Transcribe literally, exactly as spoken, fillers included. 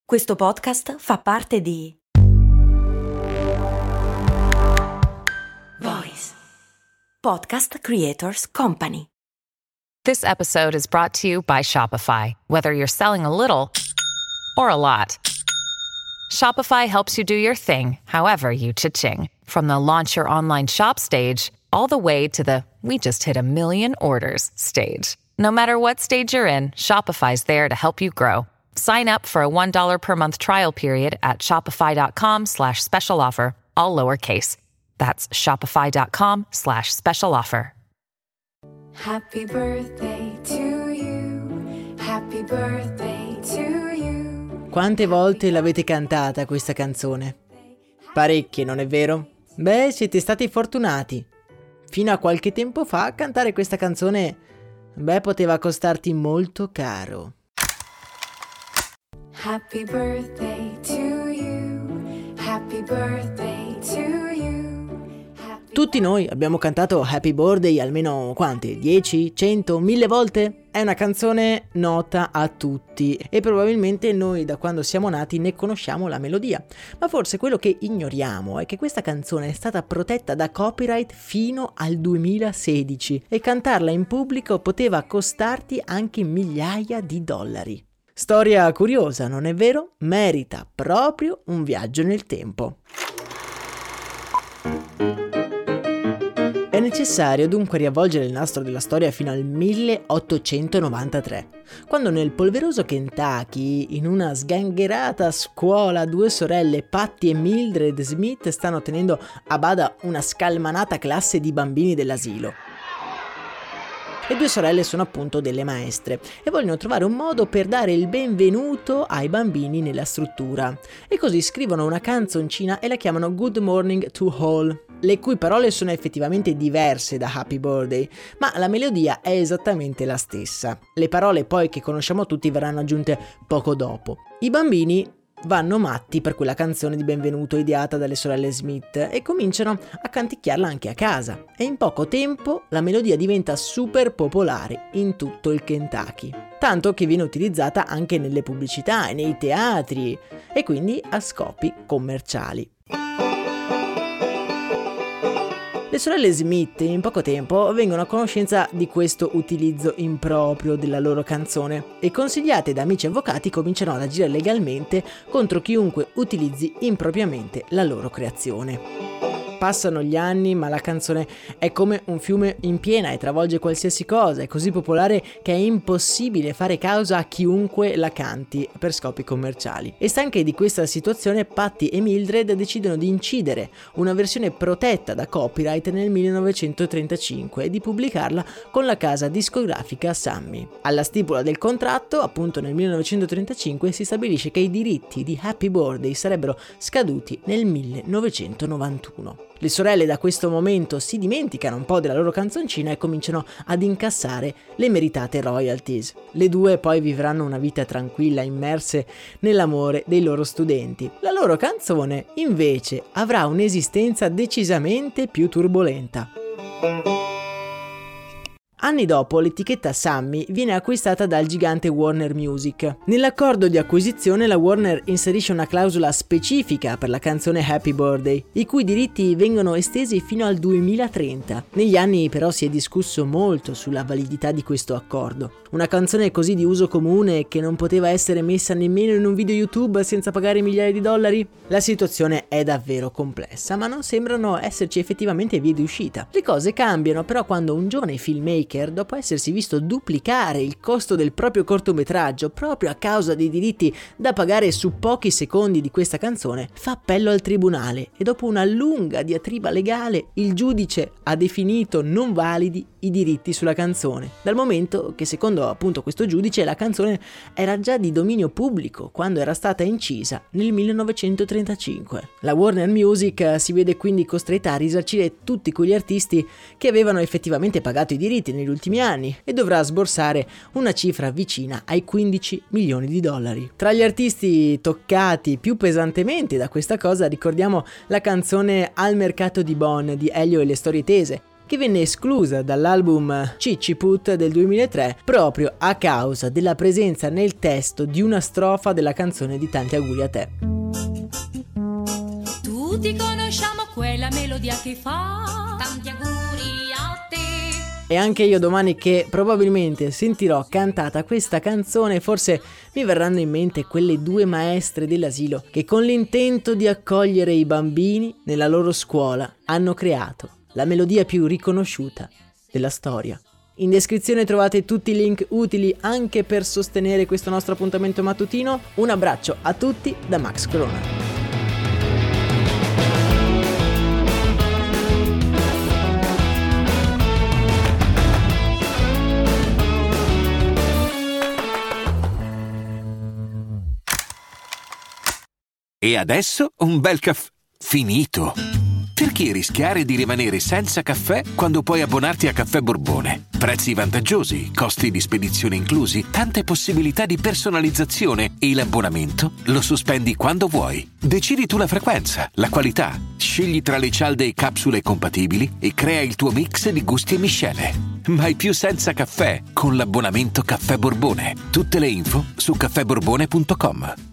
Questo podcast fa parte di Voice Podcast Creators Company. This episode is brought to you by Shopify. Whether you're selling a little or a lot, Shopify helps you do your thing, however you cha-ching. From the launch your online shop stage, all the way to the we just hit a million orders stage. No matter what stage you're in, Shopify's there to help you grow. Sign up for a one dollar per month trial period at shopify.com slash special offer, all lowercase. That's shopify.com slash special offer. Happy birthday to you, happy birthday to you. Quante volte l'avete cantata questa canzone? Parecchie, non è vero? Beh, siete stati fortunati. Fino a qualche tempo fa cantare questa canzone, beh, poteva costarti molto caro. Happy birthday to you, happy birthday to you. Happy Tutti noi abbiamo cantato Happy Birthday almeno quante? dieci, cento, mille volte? È una canzone nota a tutti e probabilmente noi da quando siamo nati ne conosciamo la melodia. Ma forse quello che ignoriamo è che questa canzone è stata protetta da copyright fino al duemilasedici e cantarla in pubblico poteva costarti anche migliaia di dollari. Storia curiosa, non è vero? Merita proprio un viaggio nel tempo. È necessario dunque riavvolgere il nastro della storia fino al milleottocentonovantatré, quando nel polveroso Kentucky, in una sgangherata scuola, due sorelle, Patty e Mildred Smith, stanno tenendo a bada una scalmanata classe di bambini dell'asilo. Le due sorelle sono appunto delle maestre e vogliono trovare un modo per dare il benvenuto ai bambini nella struttura. E così scrivono una canzoncina e la chiamano Good Morning to All, le cui parole sono effettivamente diverse da Happy Birthday, ma la melodia è esattamente la stessa. Le parole poi che conosciamo tutti verranno aggiunte poco dopo. I bambini vanno matti per quella canzone di benvenuto ideata dalle sorelle Smith e cominciano a canticchiarla anche a casa, e in poco tempo la melodia diventa super popolare in tutto il Kentucky, tanto che viene utilizzata anche nelle pubblicità e nei teatri e quindi a scopi commerciali. Le sorelle Smith in poco tempo vengono a conoscenza di questo utilizzo improprio della loro canzone e, consigliate da amici avvocati, cominciano ad agire legalmente contro chiunque utilizzi impropriamente la loro creazione. Passano gli anni, ma la canzone è come un fiume in piena e travolge qualsiasi cosa, è così popolare che è impossibile fare causa a chiunque la canti per scopi commerciali. E stanche di questa situazione, Patty e Mildred decidono di incidere una versione protetta da copyright nel millenovecentotrentacinque e di pubblicarla con la casa discografica Sammy. Alla stipula del contratto, appunto nel millenovecentotrentacinque, si stabilisce che i diritti di Happy Birthday sarebbero scaduti nel millenovecentonovantuno. Le sorelle da questo momento si dimenticano un po' della loro canzoncina e cominciano ad incassare le meritate royalties. Le due poi vivranno una vita tranquilla, immerse nell'amore dei loro studenti. La loro canzone, invece, avrà un'esistenza decisamente più turbolenta. Anni dopo, l'etichetta Sammy viene acquistata dal gigante Warner Music. Nell'accordo di acquisizione la Warner inserisce una clausola specifica per la canzone Happy Birthday, i cui diritti vengono estesi fino al duemilatrenta. Negli anni però si è discusso molto sulla validità di questo accordo. Una canzone così di uso comune che non poteva essere messa nemmeno in un video YouTube senza pagare migliaia di dollari? La situazione è davvero complessa, ma non sembrano esserci effettivamente vie di uscita. Le cose cambiano però quando un giovane filmmaker, dopo essersi visto duplicare il costo del proprio cortometraggio proprio a causa dei diritti da pagare su pochi secondi di questa canzone, fa appello al tribunale e dopo una lunga diatriba legale il giudice ha definito non validi i diritti sulla canzone, dal momento che secondo appunto questo giudice la canzone era già di dominio pubblico quando era stata incisa nel millenovecentotrentacinque. La Warner Music si vede quindi costretta a risarcire tutti quegli artisti che avevano effettivamente pagato i diritti negli ultimi anni e dovrà sborsare una cifra vicina ai quindici milioni di dollari. Tra gli artisti toccati più pesantemente da questa cosa ricordiamo la canzone Al mercato di Bonn di Elio e le storie tese, che venne esclusa dall'album Ciciput del duemilatré proprio a causa della presenza nel testo di una strofa della canzone di Tanti auguri a te. Tutti conosciamo quella melodia che fa tanti auguri a te. E anche io domani che probabilmente sentirò cantata questa canzone, forse mi verranno in mente quelle due maestre dell'asilo che con l'intento di accogliere i bambini nella loro scuola hanno creato la melodia più riconosciuta della storia. In descrizione trovate tutti i link utili anche per sostenere questo nostro appuntamento mattutino. Un abbraccio a tutti da Max Corona. E adesso un bel caffè finito. Perché rischiare di rimanere senza caffè quando puoi abbonarti a Caffè Borbone? Prezzi vantaggiosi, costi di spedizione inclusi, tante possibilità di personalizzazione e l'abbonamento lo sospendi quando vuoi. Decidi tu la frequenza, la qualità, scegli tra le cialde e capsule compatibili e crea il tuo mix di gusti e miscele. Mai più senza caffè con l'abbonamento Caffè Borbone. Tutte le info su caffè borbone punto com.